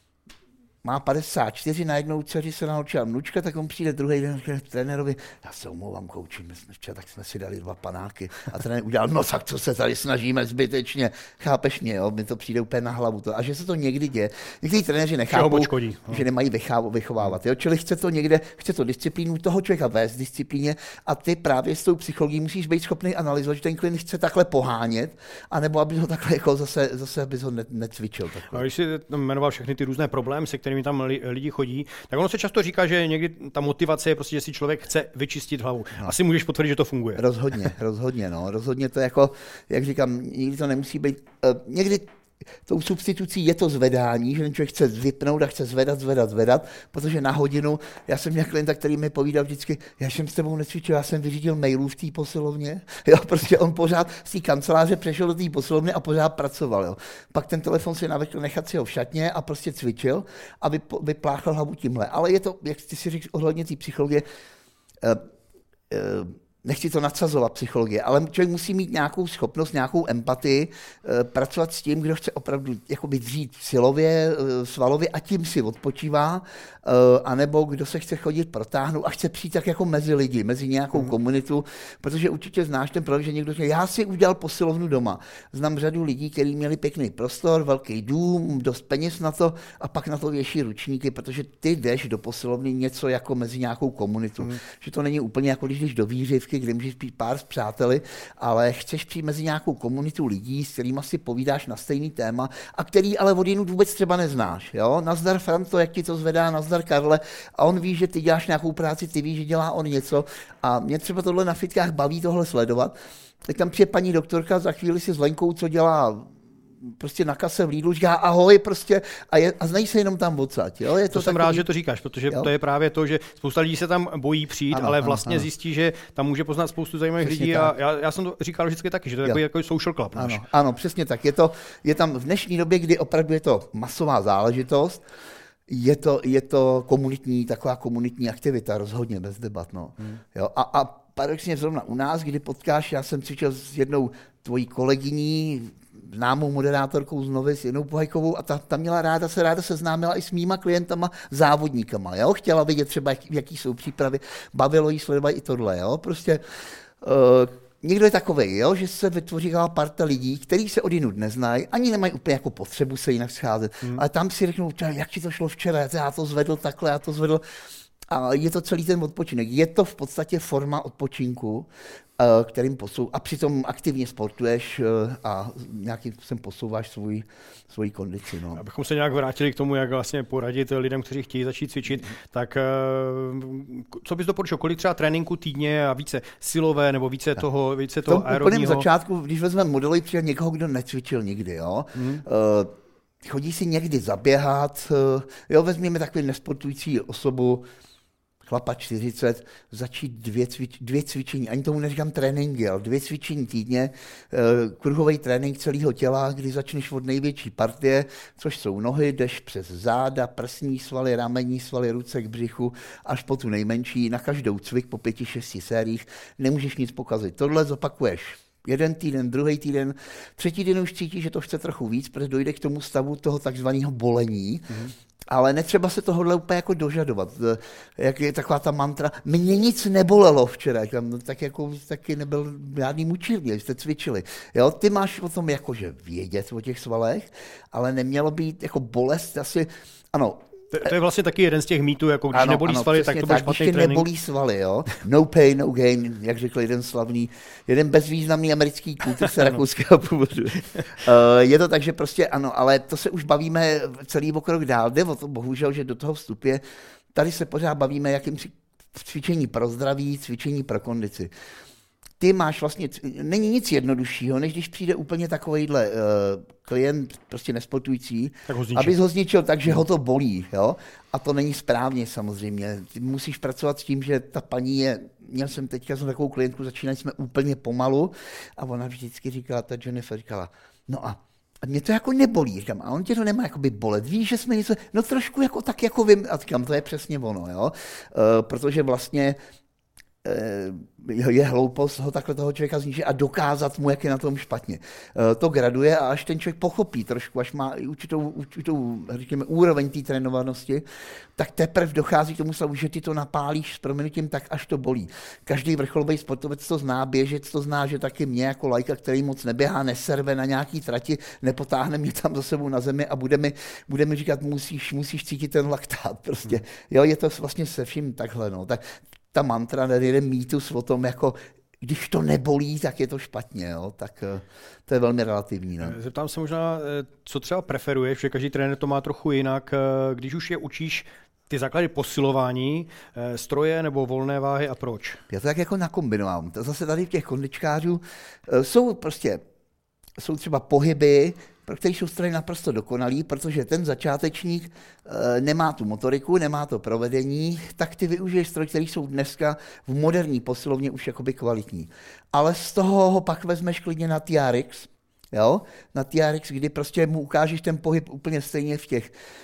má 54, najednou dceři se naučila vnučka, tak on přijde druhý den k trenérovi, já se omlouvám, kouči, tak jsme si dali 2 panáky. A trenér udělal, no tak co se tady snažíme zbytečně, chápeš mě, jo? Mi to přijde úplně na hlavu. A že se to někdy děje. Někteří trenéři nechápou, že nemají vychovávat. Jo? Čili chce to disciplínu toho člověka vést disciplíně a ty právě s tou psychologií musíš být schopný analyzovat, že ten klient chce takhle pohánět, anebo aby ho takhle jako zase aby ho necvičil. A když jsi jmenoval všechny ty různé problémy, se kterými tam lidi chodí, tak ono se často říká, že někdy ta motivace je prostě, že si člověk chce vyčistit hlavu. Asi můžeš potvrdit, že to funguje. Rozhodně to jako, jak říkám, nikdy to nemusí být, někdy tou substitucí je to zvedání, že ten člověk chce vypnout a chce zvedat, protože na hodinu, já jsem měl klienta, který mi povídal vždycky, já jsem s tebou necvičil, já jsem vyřídil mailů v té posilovně, jo, prostě on pořád z té kanceláře přešel do té posilovny a pořád pracoval, jo. Pak ten telefon si navykl nechat si ho v šatně a prostě cvičil a vypláchl hlavu tímhle. Ale je to, jak ty si říkáš ohledně té psychologie, nechci to nadsazovat psychologie, ale člověk musí mít nějakou schopnost, nějakou empatii, pracovat s tím, kdo chce opravdu jakoby dřít silově, svalově a tím si odpočívá, anebo kdo se chce chodit protáhnout a chce přijít tak jako mezi lidi, mezi nějakou komunitu, protože určitě znáš ten problém, že někdo říká, já si udělal posilovnu doma. Znám řadu lidí, kteří měli pěkný prostor, velký dům, dost peněz na to a pak na to věší ručníky, protože ty jdeš do posilovny něco jako mezi nějakou komunitu. Že to není úplně jako když jdeš do výřivky, kde můžeš být pár s přáteli, ale chceš přijít mezi nějakou komunitu lidí, s kterými si povídáš na stejný téma a který ale od jinut vůbec třeba neznáš. Jo? Nazdar Franto, jak ti to zvedá, nazdar Karle, a on ví, že ty děláš nějakou práci, ty víš, že dělá on něco a mě třeba tohle na fitkách baví tohle sledovat. Tak tam přijde paní doktorka, za chvíli si s Lenkou, co dělá prostě na kase v Lidlu, říká ahoj prostě a znají se jenom tam odsaď. Jo? Je to jsem rád, že to říkáš, protože to je právě to, že spousta lidí se tam bojí přijít, ale vlastně zjistí, že tam může poznat spoustu zajímavých lidí a já jsem to říkal vždycky taky, že to je jako social club. Ano, přesně tak. Je tam v dnešní době, kdy opravdu je to masová záležitost, je to taková komunitní aktivita, rozhodně bez debat. No. Jo? A paradoxně zrovna u nás, kdy potkáš, já jsem cvičil s jednou tvojí kolegyní, známou moderátorkou z Novy, s jednou Pohajkovou a ta měla ráda se seznámila i s mýma klientama, závodníkama, jo? Chtěla vidět třeba, jaký jsou přípravy, bavilo jí sledovat i tohle, jo? Prostě někdo je takovej, jo? Že se vytvoří parta lidí, kteří se odjinud neznají, ani nemají úplně jako potřebu se jinak scházet, ale tam si řeknou, jak ti to šlo včera, já to zvedl takhle, já to zvedl. A je to celý ten odpočinek. Je to v podstatě forma odpočinku, kterým a přitom aktivně sportuješ a nějakým způsobem posouváš svoji kondici. No. Abychom se nějak vrátili k tomu, jak vlastně poradit lidem, kteří chtějí začít cvičit, tak co bys doporučil? Kolik třeba tréninku týdně a více silové nebo více toho aerobního? V úplném začátku, když vezmeme modely přijel někoho, kdo necvičil nikdy, jo? Chodí si někdy zaběhat, jo, vezměme takový nesportující osobu, chlapa 40, začít dvě cvičení, ani tomu neříkám tréninky, ale 2 cvičení týdně, kruhový trénink celého těla, kdy začneš od největší partie, což jsou nohy, jdeš přes záda, prsní svaly, ramenní svaly, ruce k břichu, až po tu nejmenší, na každou cvik po 5-6 sériích, nemůžeš nic pokazit. Tohle zopakuješ 1 týden, 2. týden, 3. týden už cítíš, že to chce trochu víc, protože dojde k tomu stavu toho takzvaného bolení, ale netřeba se tohohle úplně jako dožadovat. Jak je taková ta mantra, mě nic nebolelo včera, tak jako taky nebyl žádný mučírně, jste cvičili. Jo, ty máš o tom jakože vědět o těch svalech, ale nemělo být jako bolest asi, ano. To je vlastně taky jeden z těch mýtů, jako když nebolí svaly, tak to byl špatný trénink. Když nebolí svaly, jo? No pain, no gain, jak řekl jeden bezvýznamný americký kulturce rakouského původu. Je to tak, že prostě ano, ale to se už bavíme celý o krok dál. Jde o to bohužel, že do toho vstupě, tady se pořád bavíme jakým cvičení pro zdraví, cvičení pro kondici. Ty máš vlastně, není nic jednoduššího, než když přijde úplně takovejhle klient, prostě nesportující, abys ho zničil tak, že ho to bolí. Jo? A to není správně samozřejmě. Ty musíš pracovat s tím, že ta paní měl jsem teďka takovou klientku, začínali jsme úplně pomalu a ona vždycky říkala, ta Jennifer říkala, no a mě to jako nebolí, říkám, a on tě to nemá jakoby bolet, víš, že jsme něco, no trošku jako tak jako vím, a říkám, to je přesně ono, jo? Protože vlastně je hloupost ho takhle toho člověka zničit a dokázat mu, jak je na tom špatně. To graduje a až ten člověk pochopí trošku, až má určitou řekněme, úroveň té trénovanosti, tak teprve dochází k tomu stavu, že ty to napálíš s prominutím tak, až to bolí. Každý vrcholový sportovec to zná, běžec to zná, že taky mě jako lajka, který moc neběhá, neserve na nějaký trati, nepotáhne mě tam za sebou na zemi a bude mi říkat, musíš cítit ten laktát. Prostě. Jo, je to vlastně se vším takhle. No. Tak ta mantra, jeden mýtus o tom, jako když to nebolí, tak je to špatně, jo? Tak to je velmi relativní. Ne? Zeptám se možná, co třeba preferuješ, že každý trenér to má trochu jinak, když už je učíš ty základy posilování, stroje nebo volné váhy a proč? Já to tak jako nakombinovám. To zase tady v těch kondičkářů jsou třeba pohyby, pro který jsou stroje naprosto dokonalý, protože ten začátečník nemá tu motoriku, nemá to provedení, tak ty využiješ stroj, který jsou dneska v moderní posilovně už jakoby kvalitní. Ale z toho ho pak vezmeš klidně na TRX, jo? Na TRX, kdy prostě mu ukážeš ten pohyb úplně stejně v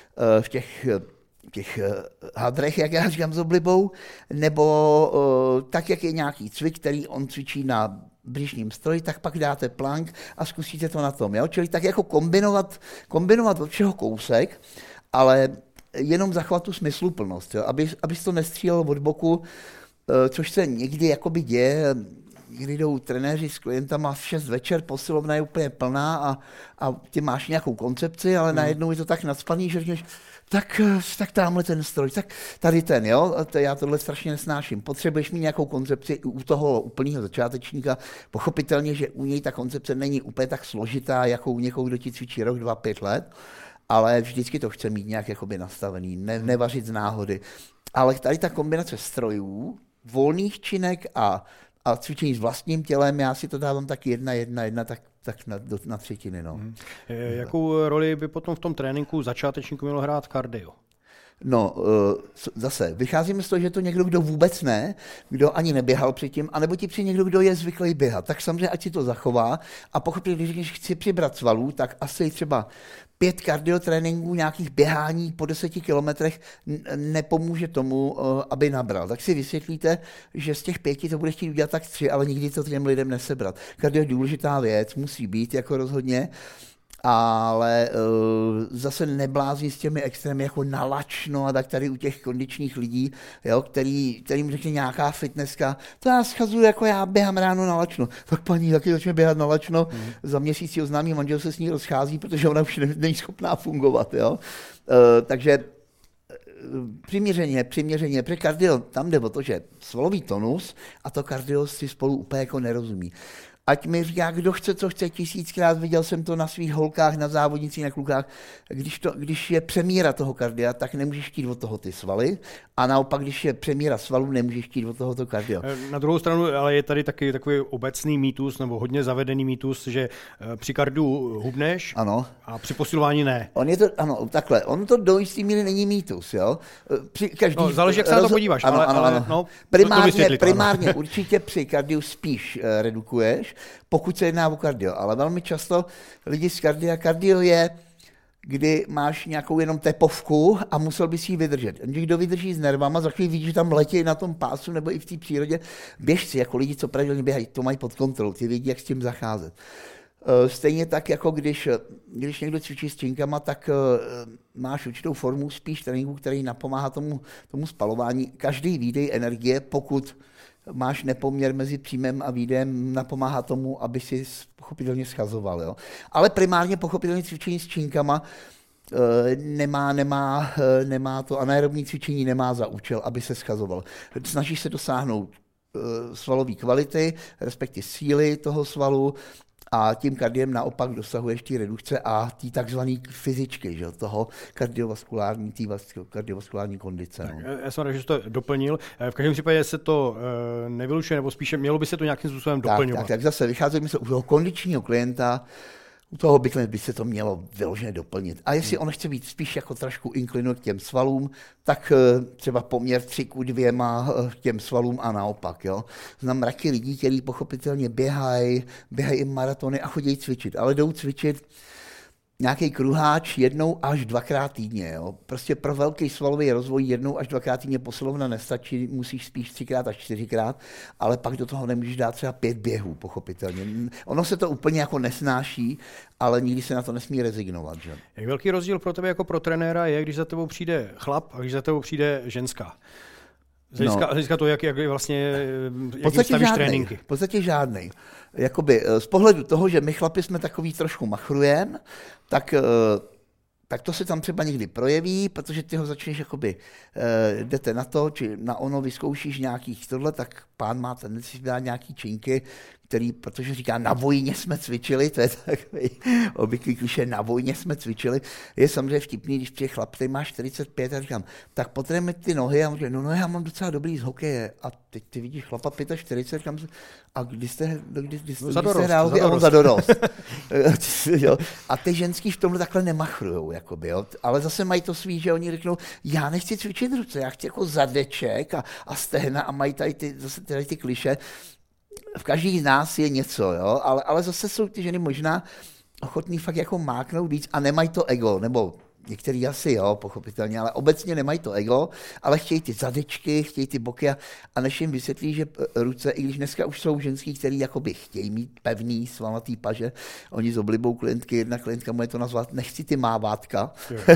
těch hadrech, jak já říkám s oblibou, nebo tak, jak je nějaký cvik, který on cvičí na břišním stroji, tak pak dáte plank a zkusíte to na tom. Jo? Čili tak jako kombinovat od všeho kousek, ale jenom zachovat tu smysluplnost, jo? Abys to nestřílel od boku, což se někdy jakoby děje, kdy jdou trenéři s klientama v 6 večer, posilovna je úplně plná a ty máš nějakou koncepci, ale najednou je to tak nacpaný, že říkáš, tak tamhle ten stroj, tak tady ten, jo, já tohle strašně nesnáším. Potřebuješ mít nějakou koncepci u toho úplného začátečníka, pochopitelně, že u něj ta koncepce není úplně tak složitá, jako u někoho, kdo ti cvičí rok, 2, 5 let, ale vždycky to chce mít nějak jakoby nastavený, nevařit z náhody. Ale tady ta kombinace strojů, volných činek a cvičení s vlastním tělem, já si to dávám tak jedna, tak na třetiny. No. Jakou roli by potom v tom tréninku začátečníku mělo hrát kardio? No, zase, vycházíme z toho, že to někdo, kdo vůbec ne, kdo ani neběhal předtím, anebo ti přijde někdo, kdo je zvyklý běhat. Tak samozřejmě, ať si to zachová a pokud když chci přibrat svalů, tak asi třeba 5 kardiotréninků, nějakých běhání po 10 kilometrech nepomůže tomu, aby nabral. Tak si vysvětlíte, že z těch 5 to bude chtít udělat tak 3, ale nikdy to těm lidem nesebrat. Kardio je důležitá věc, musí být jako rozhodně, ale zase neblázní s těmi extrémy jako nalačno a tak tady u těch kondičních lidí, jo, kterým řekne nějaká fitnesska, to já schazuju, jako já běhám ráno nalačno. Tak paní taky začne běhat nalačno, za měsíc si oznámí, manžel se s ní rozchází, protože ona už není schopná fungovat. Jo. Takže přiměřeně, protože kardio, tam jde o to, že svalový tonus a to kardio si spolu úplně jako nerozumí. Ať mi říká, kdo chce, co chce, 1000krát, viděl jsem to na svých holkách, na závodnicích, na klukách, když je přemíra toho kardia, tak nemůžeš chtít od toho ty svaly a naopak, když je přemíra svalů, nemůžeš chtít od toho to kardio. Na druhou stranu, ale je tady taky takový obecný mýtus, nebo hodně zavedený mýtus, že při kardiu hubneš a při posilování ne. On to do jistý míry není mýtus, jo. Záleží, jak se na to podíváš, ale primárně určitě při kardiu spíš redukuješ, pokud se jedná o kardio, ale velmi často lidi z kardio je, kdy máš nějakou jenom tepovku a musel bys ji vydržet. Kdo vydrží s nervama, za chvíli vidíš, že tam letí na tom pásu nebo i v té přírodě, běžci, jako lidi, co pravidelně běhají, to mají pod kontrolou, ty vědí, jak s tím zacházet. Stejně tak, jako když někdo cvičí s činkama, tak máš určitou formu spíš tréninku, který napomáhá tomu spalování. Každý výdej energie, pokud máš nepoměr mezi příjmem a výdejem, napomáhá tomu, aby si pochopitelně schazoval. Jo? Ale primárně pochopitelně cvičení s činkama nemá to anaerobní cvičení, nemá za účel, aby se schazoval. Snažíš se dosáhnout svalové kvality, respektive síly toho svalu, a tím kardiem naopak dosahuješ té redukce a té takzvané fyzičky, že? Toho kardiovaskulární kondice. Tak, já jsem rád, že jsi to doplnil. V každém případě se to nevylučuje, nebo spíše mělo by se to nějakým způsobem doplňovat. Tak zase vycházíme se u toho kondičního klienta, u toho by se to mělo vyloženě doplnit. A jestli on chce být spíš jako trošku inklinovat k těm svalům, tak třeba poměr 3:2 k těm svalům a naopak. Jo. Znám mraky lidí, kteří pochopitelně běhají i maratony a chodí cvičit, ale jdou cvičit nějaký kruháč 1 až 2krát týdně. Jo. Prostě pro velký svalový rozvoj 1 až 2krát týdně posilovna nestačí, musíš spíš 3krát až 4krát, ale pak do toho nemůžeš dát třeba 5 běhů, pochopitelně. Ono se to úplně jako nesnáší, ale nikdy se na to nesmí rezignovat. Že? Jak velký rozdíl pro tebe jako pro trenéra je, když za tebou přijde chlap a když za tebou přijde ženská? Hlediska to, jak vlastně stavíš tréninky. V podstatě žádnej. Jakoby, z pohledu toho, že my chlapi jsme takový trošku machrujeme, tak to se tam třeba někdy projeví, protože ty ho začneš, jakoby, jdete na to, či na ono vyzkoušíš nějakých tohle, tak pán má tendenci dát nějaký činky, který, protože říká, na vojně jsme cvičili, to je takový obvyklý klišé, na vojně jsme cvičili, je samozřejmě vtipný, když přijde chlap, který má 45 a říkám, tak potřebujeme ty nohy a on říká, no já mám docela dobrý z hokeje a teď ty vidíš chlapa 45, říkám, a kdy jste hrál hokej a on za dorost. A ty ženský v tomhle takhle nemachrujou, jakoby, jo. Ale zase mají to svý, že oni řeknou, já nechci cvičit ruce, já chci jako zadeček a stehna a mají tady ty kliše. V každý z nás je něco, jo? Ale zase jsou ty ženy možná ochotný fakt jako máknout víc a nemají to ego, nebo některý asi jo, pochopitelně, ale obecně nemají to ego, ale chtějí ty zadečky, chtějí ty boky a než jim vysvětlí, že ruce, i když dneska už jsou ženský, který jakoby chtějí mít pevný svalnatý paže, oni s oblibou klientky, jedna klientka může to nazvat, nechci ty mávátka,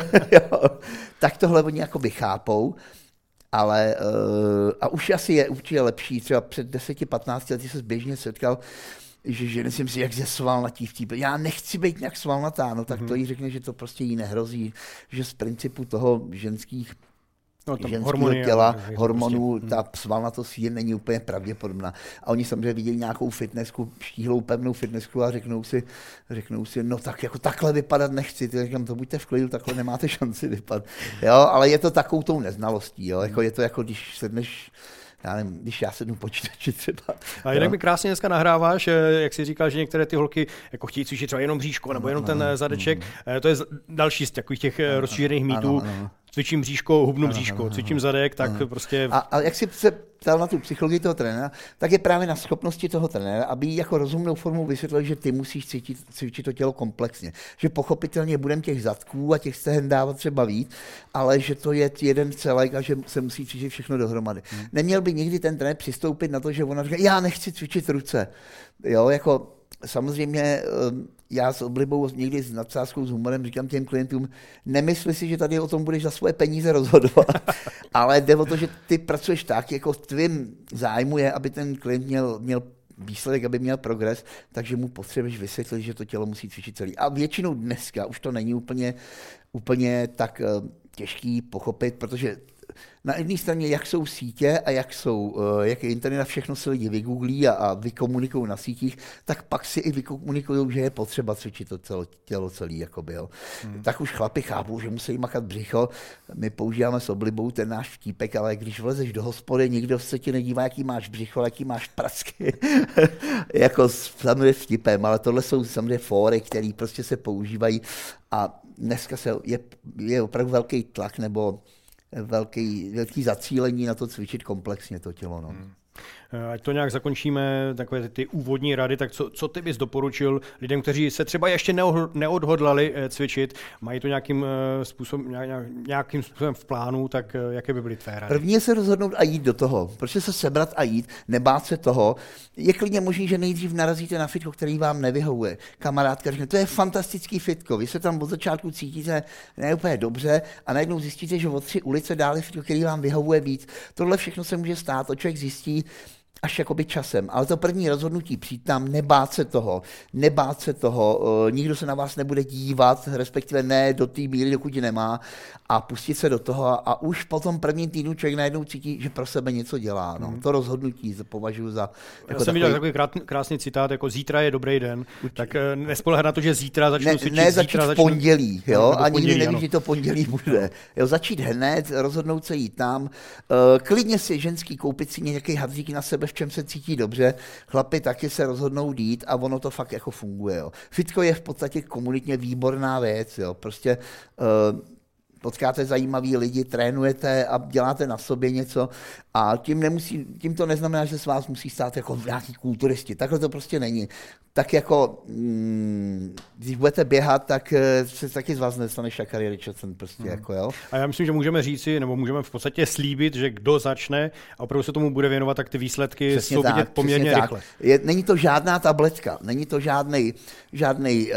tak tohle oni jakoby chápou. Ale a už asi je určitě lepší, třeba před 10-15 lety se běžně setkal, že ženy si myslí, jak je svalnatý v té. Já nechci být nějak svalnatá, no tak to jí řekne, že to prostě jí nehrozí, že z principu toho ženského těla, hormonů, ta svalnatost není úplně pravděpodobná. A oni samozřejmě viděli nějakou fitnessku, štíhlou, pevnou fitnessku a řeknou si, no tak jako takhle vypadat nechci. Ty říkám, to buďte v klidu, takhle nemáte šanci vypadat. Jo, ale je to takovou tou neznalostí, jo, jako je to jako když sedneš, já nevím, když já sednu počítači třeba. A jinak mi krásně dneska nahráváš, jak jsi říkal, že některé ty holky jako chtějí cvičit třeba jenom bříško nebo jenom ten zadeček. To je další z takových těch rozšířených mýtů. Cvičím bříško, hubnu bříško, cvičím zadek, tak prostě... A jak si se ptal na tu psychologii toho trenéra, tak je právě na schopnosti toho trenéra, aby jako rozumnou formou vysvětlil, že ty musíš cvičit to tělo komplexně. Že pochopitelně budeme těch zadků a těch stehen dávat třeba víc, ale že to je jeden celek a že se musí cvičit všechno dohromady. Neměl by nikdy ten trenér přistoupit na to, že ona říká, já nechci cvičit ruce. Jo, jako samozřejmě já s oblibou někdy s nadsázkou, s humorem říkám těm klientům, nemysli si, že tady o tom budeš za svoje peníze rozhodovat, ale jde o to, že ty pracuješ tak, jako v tvým zájmu je, aby ten klient měl výsledek, aby měl progres, takže mu potřebuješ vysvětlit, že to tělo musí cvičit celý. A většinou dneska už to není úplně tak těžký pochopit, protože na jedné straně, jak jsou sítě a jak je internet a všechno se lidi vygooglí a vykomunikují na sítích, tak pak si i vykomunikují, že je potřeba cvičit to tělo celý. Jakoby, jo. Tak už chlapi chápou, že musí makat břicho. My používáme s oblibou ten náš vtípek, ale když vlezeš do hospody, nikdo se ti nedívá, jaký máš břicho, jaký máš pracky. Jako samozřejmě vtipem, ale tohle jsou samozřejmě fóry, které prostě se používají a dneska je opravdu velký tlak nebo velký zacílení na to cvičit komplexně to tělo. No. Ať to nějak zakončíme, takové ty úvodní rady, tak co ty bys doporučil lidem, kteří se třeba ještě neodhodlali cvičit, mají to nějakým způsobem v plánu, tak jaké by byly tvé rady? První je se rozhodnout a jít do toho. Prostě se sebrat a jít, nebát se toho. Je klidně možný, že nejdřív narazíte na fitko, který vám nevyhovuje. Kamarádka řekne, to je fantastický fitko, vy se tam od začátku cítíte ne úplně dobře a najednou zjistíte, že od 3 ulice dál je fitko, který vám vyhovuje víc. Tohle všechno se může stát, to člověk zjistí až jakoby časem, ale to první rozhodnutí přijít tam, nebát se toho, nikdo se na vás nebude dívat, respektive ne do té míry, dokud ji nemá a pustit se do toho a už po tom prvním týdnu člověk najednou cítí, že pro sebe něco dělá. No. To rozhodnutí považuji za... Já jsem viděl takový krásný citát, jako zítra je dobrý den, tak nespoléhat na to, že zítra začnu cvičit. Ne začít v pondělí, jo, a nikdy nevíš, že to pondělí bude. Jo, začít hned, rozhodnout se jít tam, klidně si ženský koupit si nějaký hadřík na sebe, v čem se cítí dobře, chlapi taky se rozhodnou jít a ono to fakt jako funguje. Jo. Fitko je v podstatě komunitně výborná věc, jo. Prostě potkáte zajímavý lidi, trénujete a děláte na sobě něco a tím to neznamená, že se vás musí stát jako nějaký kulturisti. Takhle to prostě není. Tak jako, když budete běhat, tak se taky z vás nestane Sha'Carri Richardson prostě. Jako, jo. A já myslím, že můžeme říci, nebo můžeme v podstatě slíbit, že kdo začne a opravdu se tomu bude věnovat, tak ty výsledky přesně jsou vidět poměrně rychle. Není to žádná tabletka, není to žádnej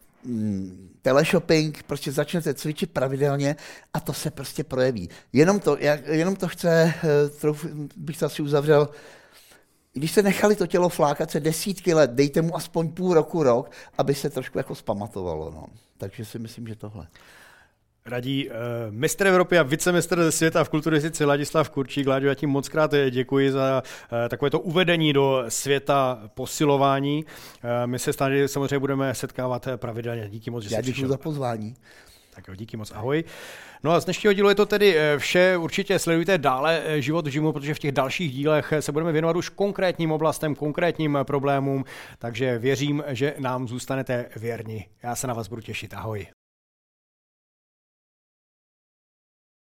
teleshopping, prostě začnete cvičit pravidelně a to se prostě projeví. Jenom to chce, bych to asi uzavřel, když se nechali to tělo flákat se desítky let, dejte mu aspoň půl roku, rok, aby se trošku jako zpamatovalo. No. Takže si myslím, že tohle. Radí mistr Evropy a vicemistr světa v kulturistice Ladislav Kurčík. Láďo, já ti moc krát děkuji za takovéto uvedení do světa posilování. My se tady samozřejmě budeme setkávat pravidelně. Díky moc, že jsi přišel. Děkuji za pozvání. Tak jo, díky moc, ahoj. No a z dnešního dílu je to tedy vše. Určitě sledujte dále Život v gymu, protože v těch dalších dílech se budeme věnovat už konkrétním oblastem, konkrétním problémům, takže věřím, že nám zůstanete věrni. Já se na vás budu těšit. Ahoj.